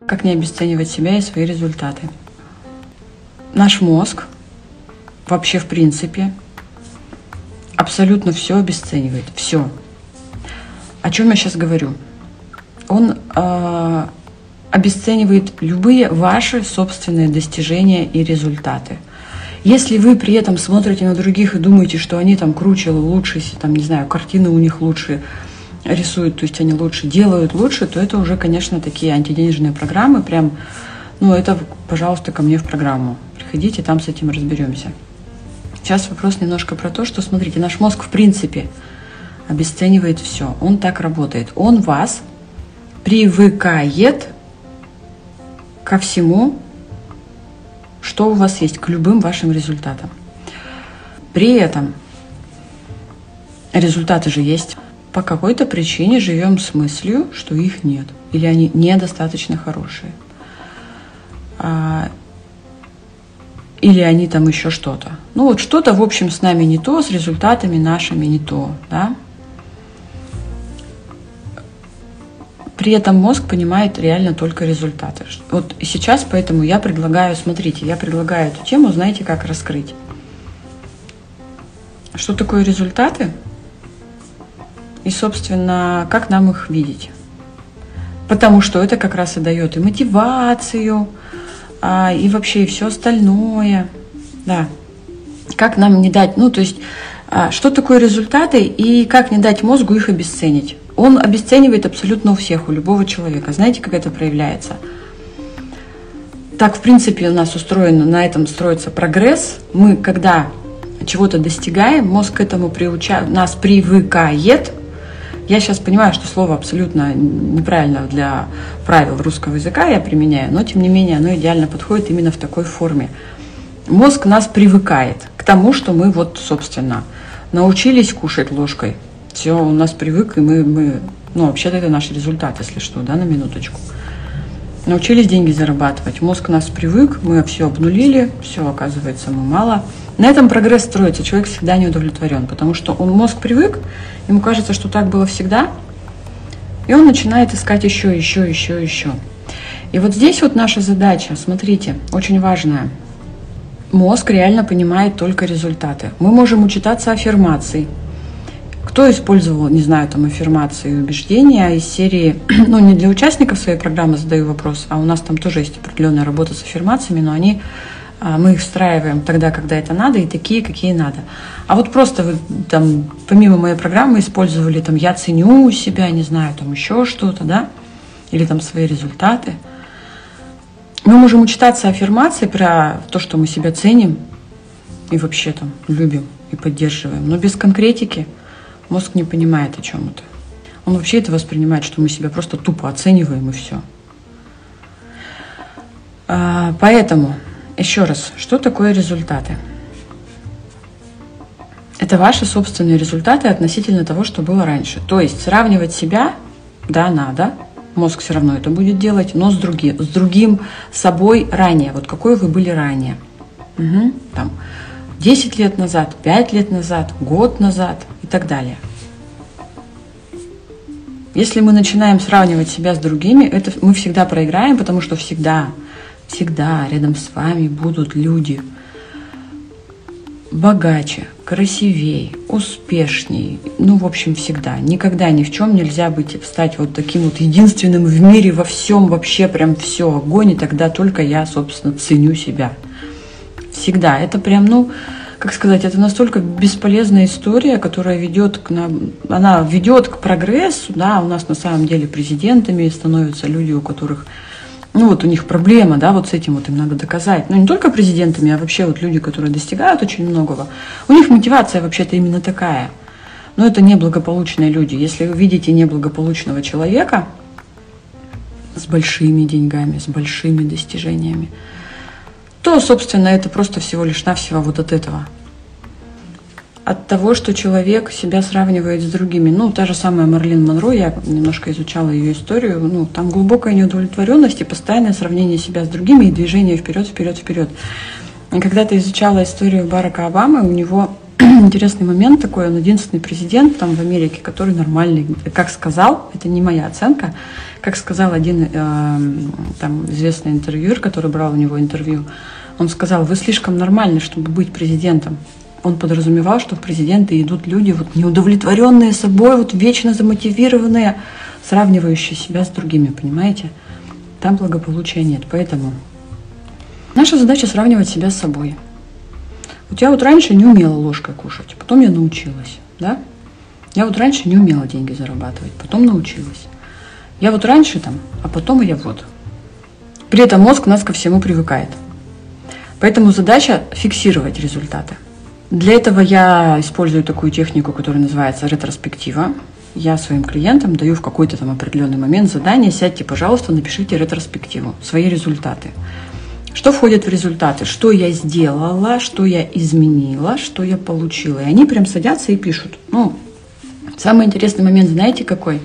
Как не обесценивать себя и свои результаты. Наш мозг вообще в принципе абсолютно все обесценивает. Все. О чем я сейчас говорю? Он обесценивает любые ваши собственные достижения и результаты. Если вы при этом смотрите на других и думаете, что они там круче, лучше, там, не знаю, картины у них лучше рисуют, то есть они лучше делают лучше, то это уже, конечно, такие антиденежные программы, прям, ну, это, пожалуйста, ко мне в программу. Приходите, там с этим разберемся. Сейчас вопрос немножко про то, что, смотрите, наш мозг в принципе обесценивает все. Он так работает. Он вас привыкает ко всему, что у вас есть, к любым вашим результатам. При этом результаты же есть. По какой-то причине живем с мыслью, что их нет, или они недостаточно хорошие. Или они там еще что-то. Ну вот что-то, в общем, с нами не то, с результатами нашими не то, да? При этом мозг понимает реально только результаты. Вот и сейчас поэтому я предлагаю, смотрите, я предлагаю эту тему, знаете, как раскрыть. Что такое результаты? И, собственно, как нам их видеть? Потому что это как раз и дает и мотивацию, и вообще и все остальное. Да. Как нам не дать, ну, то есть, что такое результаты и как не дать мозгу их обесценить? Он обесценивает абсолютно у всех, у любого человека. Знаете, как это проявляется? Так, в принципе, у нас устроено, на этом строится прогресс. Мы, когда чего-то достигаем, мозг к этому нас привыкает. Я сейчас понимаю, что слово абсолютно неправильно для правил русского языка я применяю, но, тем не менее, оно идеально подходит именно в такой форме. Мозг нас привыкает к тому, что мы вот, собственно, научились кушать ложкой. Все, он нас привык, и мы, ну, вообще-то это наш результат, если что, да, на минуточку. Научились деньги зарабатывать, мозг нас привык, мы все обнулили, все, оказывается, мы мало. На этом прогресс строится, человек всегда не удовлетворен, потому что мозг привык, ему кажется, что так было всегда, и он начинает искать еще. И вот здесь вот наша задача, смотрите, очень важная. Мозг реально понимает только результаты. Мы можем учитаться аффирмацией. Кто использовал, не знаю, там аффирмации и убеждения из серии, ну, не для участников своей программы задаю вопрос, а у нас там тоже есть определенная работа с аффирмациями, но мы их встраиваем тогда, когда это надо, и такие, какие надо. А вот просто вы там, помимо моей программы, использовали там «я ценю себя», не знаю, там еще что-то, да, или там свои результаты. Мы можем учитаться аффирмации про то, что мы себя ценим и вообще там любим и поддерживаем, но без конкретики. Мозг не понимает о чем это. Он вообще это воспринимает, что мы себя просто тупо оцениваем и все. Поэтому, еще раз, что такое результаты? Это ваши собственные результаты относительно того, что было раньше. То есть сравнивать себя, да, надо, мозг все равно это будет делать, но с другим собой ранее. Вот какой вы были ранее. Там 10 лет назад, 5 лет назад, год назад и так далее. Если мы начинаем сравнивать себя с другими, это мы всегда проиграем, потому что всегда рядом с вами будут люди богаче, красивее, успешнее. Ну, в общем, всегда. Никогда ни в чем нельзя стать вот таким вот единственным в мире во всем, вообще прям все, огонь, и тогда только я, собственно, ценю себя. Всегда. Это прям, ну, как сказать, это настолько бесполезная история, которая ведет к прогрессу, да, у нас на самом деле президентами становятся люди, у которых, ну, вот у них проблема, да, вот с этим вот им надо доказать. Ну, не только президентами, а вообще вот люди, которые достигают очень многого, у них мотивация вообще-то именно такая. Но это неблагополучные люди. Если вы видите неблагополучного человека с большими деньгами, с большими достижениями, то, собственно, это просто всего лишь навсего вот от этого. От того, что человек себя сравнивает с другими. Ну, та же самая Марлин Монро, я немножко изучала ее историю, ну, там глубокая неудовлетворенность и постоянное сравнение себя с другими и движение вперед. И когда ты изучала историю Барака Обамы, у него интересный момент такой, он единственный президент там в Америке, который нормальный, как сказал, это не моя оценка, как сказал один там известный интервьюер, который брал у него интервью, он сказал: вы слишком нормальны, чтобы быть президентом. Он подразумевал, что в президенты идут люди вот неудовлетворенные собой, вот вечно замотивированные, сравнивающие себя с другими, понимаете? Там благополучия нет, поэтому наша задача сравнивать себя с собой. Вот я вот раньше не умела ложкой кушать, потом я научилась, да? Я вот раньше не умела деньги зарабатывать, потом научилась. Я вот раньше там, а потом я вот. При этом мозг нас ко всему привыкает. Поэтому задача фиксировать результаты. Для этого я использую такую технику, которая называется ретроспектива. Я своим клиентам даю в какой-то там определенный момент задание: сядьте, пожалуйста, напишите ретроспективу, свои результаты. Что входит в результаты? Что я сделала, что я изменила, что я получила. И они прям садятся и пишут. Ну, самый интересный момент, знаете, какой?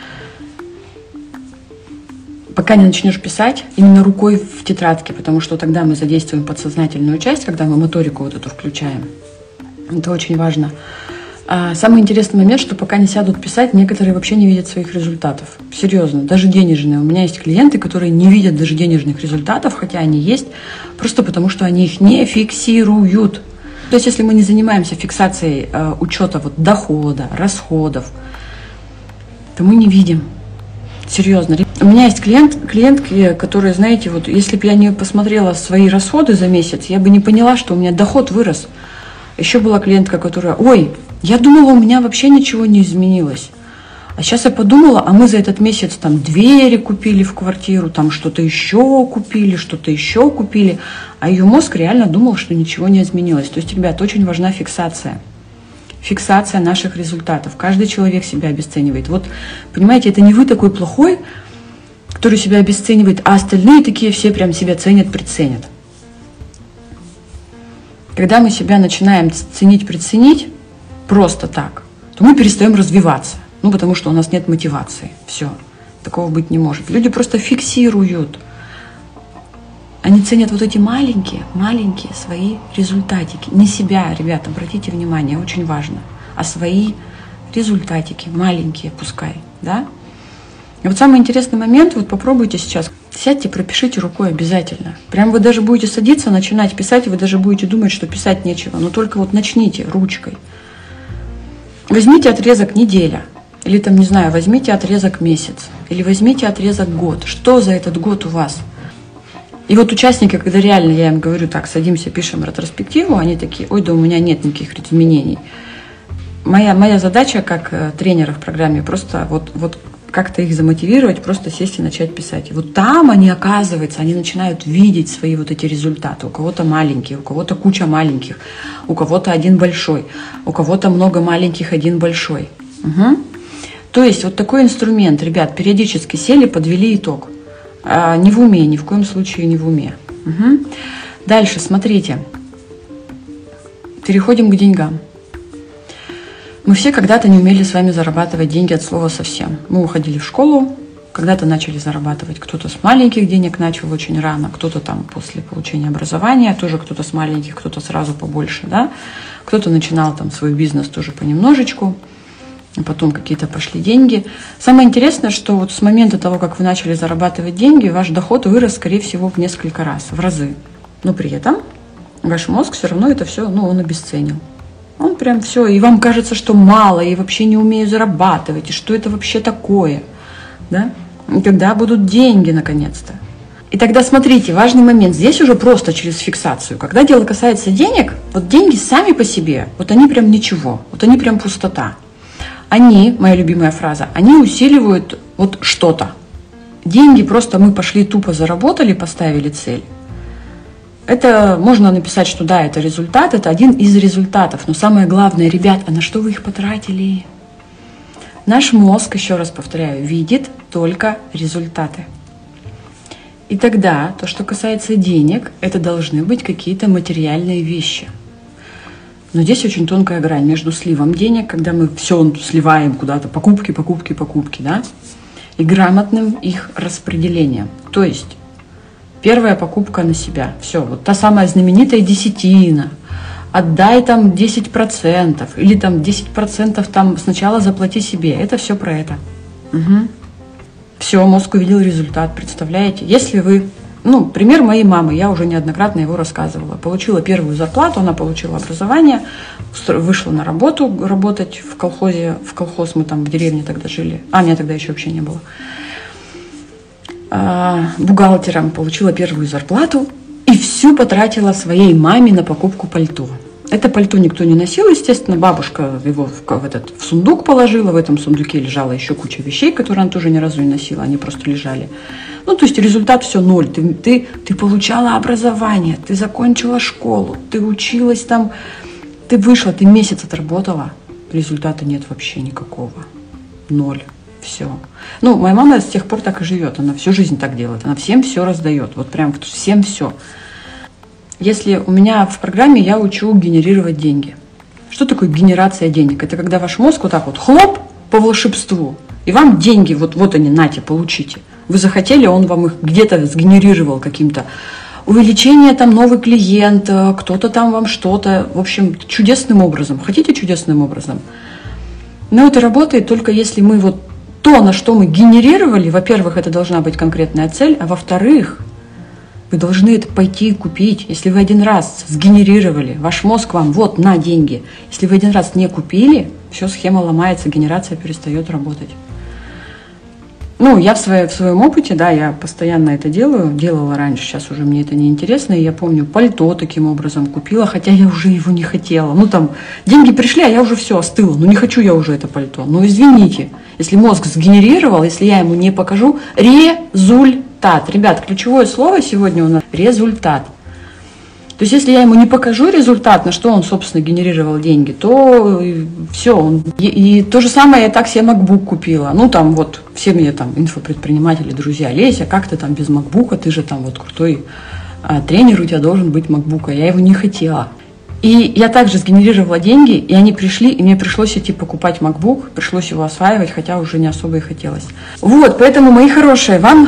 Пока не начнешь писать, именно рукой в тетрадке, потому что тогда мы задействуем подсознательную часть, когда мы моторику вот эту включаем. Это очень важно. Самый интересный момент, что пока не сядут писать, некоторые вообще не видят своих результатов. Серьезно, даже денежные. У меня есть клиенты, которые не видят даже денежных результатов, хотя они есть, просто потому что они их не фиксируют. То есть если мы не занимаемся фиксацией учета вот дохода, расходов, то мы не видим. Серьезно. У меня есть клиентки, которые, знаете, вот если бы я не посмотрела свои расходы за месяц, я бы не поняла, что у меня доход вырос. Еще была клиентка, которая: ой, я думала, у меня вообще ничего не изменилось. А сейчас я подумала, а мы за этот месяц там двери купили в квартиру, там что-то еще купили, а ее мозг реально думал, что ничего не изменилось. То есть, ребят, очень важна фиксация. Фиксация наших результатов. Каждый человек себя обесценивает. Вот, понимаете, это не вы такой плохой, который себя обесценивает, а остальные такие все прям себя ценят, приценят. Когда мы себя начинаем ценить, приценить просто так, то мы перестаем развиваться. Ну, потому что у нас нет мотивации. Все. Такого быть не может. Люди просто фиксируют. Они ценят вот эти маленькие свои результатики. Не себя, ребят, обратите внимание, очень важно. А свои результатики, маленькие пускай, да? И вот самый интересный момент, вот попробуйте сейчас. Сядьте, пропишите рукой обязательно. Прям вы даже будете садиться, начинать писать, и вы даже будете думать, что писать нечего. Но только вот начните ручкой. Возьмите отрезок неделя. Или там, не знаю, возьмите отрезок месяц. Или возьмите отрезок год. Что за этот год у вас? И вот участники, когда реально я им говорю: так, садимся, пишем ретроспективу, они такие: ой, да у меня нет никаких изменений. Моя задача как тренера в программе просто вот как-то их замотивировать, просто сесть и начать писать. И вот там они, оказывается, они начинают видеть свои вот эти результаты. У кого-то маленькие, у кого-то куча маленьких, у кого-то один большой, у кого-то много маленьких, один большой. Угу. То есть вот такой инструмент, ребят, периодически сели, подвели итог. Не в уме, ни в коем случае не в уме. Угу. Дальше, смотрите. Переходим к деньгам. Мы все когда-то не умели с вами зарабатывать деньги от слова совсем. Мы уходили в школу, когда-то начали зарабатывать. Кто-то с маленьких денег начал очень рано, кто-то там после получения образования, тоже кто-то с маленьких, кто-то сразу побольше, да. Кто-то начинал там свой бизнес тоже понемножечку, а потом какие-то пошли деньги. Самое интересное, что вот с момента того, как вы начали зарабатывать деньги, ваш доход вырос, скорее всего, в несколько раз, в разы. Но при этом ваш мозг все равно это все, он обесценил. Он прям все, и вам кажется, что мало, и вообще не умею зарабатывать, и что это вообще такое, да? И когда будут деньги, наконец-то? И тогда смотрите, важный момент, здесь уже просто через фиксацию. Когда дело касается денег, вот деньги сами по себе, вот они прям ничего, вот они прям пустота. Они, моя любимая фраза, они усиливают вот что-то. Деньги просто мы пошли тупо заработали, поставили цель. Это можно написать, что да, это результат, это один из результатов. Но самое главное, ребят, а на что вы их потратили? Наш мозг, еще раз повторяю, видит только результаты. И тогда то, что касается денег, это должны быть какие-то материальные вещи. Но здесь очень тонкая грань между сливом денег, когда мы все сливаем куда-то, покупки, да, и грамотным их распределением. То есть первая покупка на себя. Все, вот та самая знаменитая десятина, отдай там 10%, или там 10% там сначала заплати себе. Это все про это. Угу. Все, мозг увидел результат, представляете? Если вы, ну, пример моей мамы, я уже неоднократно его рассказывала. Получила первую зарплату, она получила образование, вышла на работу работать в колхозе. В колхоз мы там в деревне тогда жили. Меня тогда еще вообще не было. Бухгалтером получила первую зарплату и всю потратила своей маме на покупку пальто. Это пальто никто не носил, естественно, бабушка его в сундук положила, в этом сундуке лежала еще куча вещей, которые она тоже ни разу не носила, они просто лежали. Ну, то есть результат все ноль. Ты получала образование, ты закончила школу, ты училась там, ты вышла, ты месяц отработала, результата нет вообще никакого. Ноль. Все. Ну, моя мама с тех пор так и живет, она всю жизнь так делает, она всем все раздает, вот прям всем все. Если у меня в программе я учу генерировать деньги. Что такое генерация денег? Это когда ваш мозг вот так вот хлоп по волшебству, и вам деньги, вот они, нате, получите. Вы захотели, он вам их где-то сгенерировал каким-то. Увеличение, там, новый клиент, кто-то там вам что-то, в общем, чудесным образом. Хотите чудесным образом? Но это работает только если мы вот то, на что мы генерировали, во-первых, это должна быть конкретная цель, а во-вторых, вы должны это пойти и купить. Если вы один раз сгенерировали, ваш мозг вам вот на деньги. Если вы один раз не купили, все, схема ломается, генерация перестает работать. Ну, я в своем опыте, да, я постоянно это делала раньше, сейчас уже мне это не интересно, и я помню, пальто таким образом купила, хотя я уже его не хотела. Ну, там, деньги пришли, а я уже все остыла, ну, не хочу я уже это пальто. Ну, извините, если мозг сгенерировал, если я ему не покажу результат. Ребят, ключевое слово сегодня у нас результат. То есть, если я ему не покажу результат, на что он, собственно, генерировал деньги, то все. И то же самое я так себе MacBook купила. Ну, там вот все мне там инфопредприниматели, друзья, Леся, как ты там без MacBook, ты же там вот крутой тренер, у тебя должен быть MacBook, а я его не хотела. И я также сгенерировала деньги, и они пришли, и мне пришлось идти покупать MacBook, пришлось его осваивать, хотя уже не особо и хотелось. Вот, поэтому, мои хорошие, вам...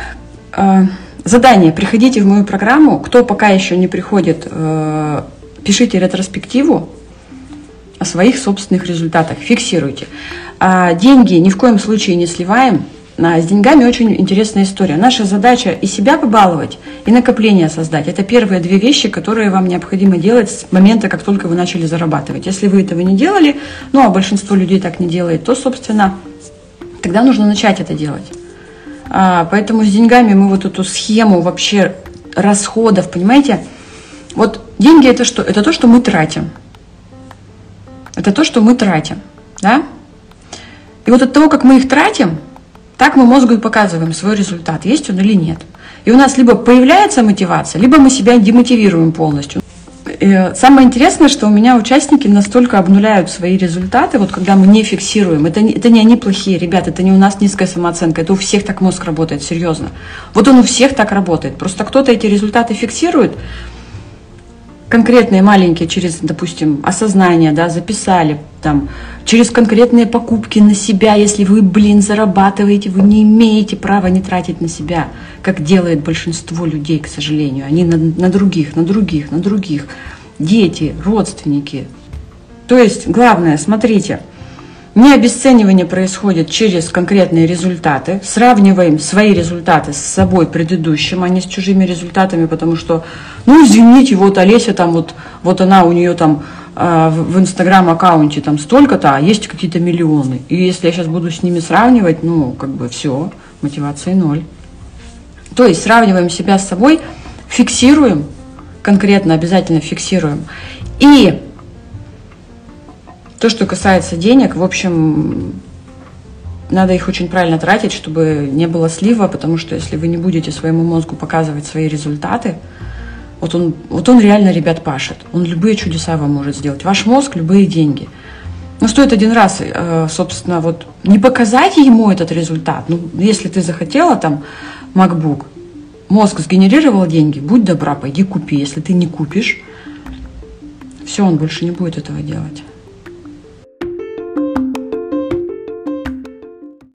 задание. Приходите в мою программу. Кто пока еще не приходит, пишите ретроспективу о своих собственных результатах. Фиксируйте. Деньги ни в коем случае не сливаем. С деньгами очень интересная история. Наша задача и себя побаловать, и накопление создать. Это первые две вещи, которые вам необходимо делать с момента, как только вы начали зарабатывать. Если вы этого не делали, ну а большинство людей так не делает, то, собственно, тогда нужно начать это делать. Поэтому с деньгами мы вот эту схему вообще расходов, понимаете? Вот деньги это что? Это то, что мы тратим. Это то, что мы тратим, да? И вот от того, как мы их тратим, так мы мозгу и показываем свой результат, есть он или нет. И у нас либо появляется мотивация, либо мы себя демотивируем полностью. И самое интересное, что у меня участники настолько обнуляют свои результаты, вот когда мы не фиксируем. Это не они плохие, ребят, это не у нас низкая самооценка, это у всех так мозг работает, серьезно. Вот он у всех так работает. Просто кто-то эти результаты фиксирует, конкретные, маленькие, через, допустим, осознание, да, записали, там, через конкретные покупки на себя, если вы, зарабатываете, вы не имеете права не тратить на себя, как делает большинство людей, к сожалению. Они на других, дети, родственники. То есть, главное, смотрите, не обесценивание происходит через конкретные результаты. Сравниваем свои результаты с собой предыдущим, а не с чужими результатами, потому что, ну, извините, вот Олеся там, вот она, у нее там в Инстаграм-аккаунте там столько-то, а есть какие-то миллионы. И если я сейчас буду с ними сравнивать, ну, как бы все, мотивации ноль. То есть сравниваем себя с собой, фиксируем, конкретно обязательно фиксируем. И то, что касается денег, в общем, надо их очень правильно тратить, чтобы не было слива, потому что если вы не будете своему мозгу показывать свои результаты, вот он реально, ребят, пашет. Он любые чудеса вам может сделать. Ваш мозг – любые деньги. Но стоит один раз, собственно, вот не показать ему этот результат. Ну, если ты захотела там MacBook, мозг сгенерировал деньги, будь добра, пойди купи. Если ты не купишь, все, он больше не будет этого делать.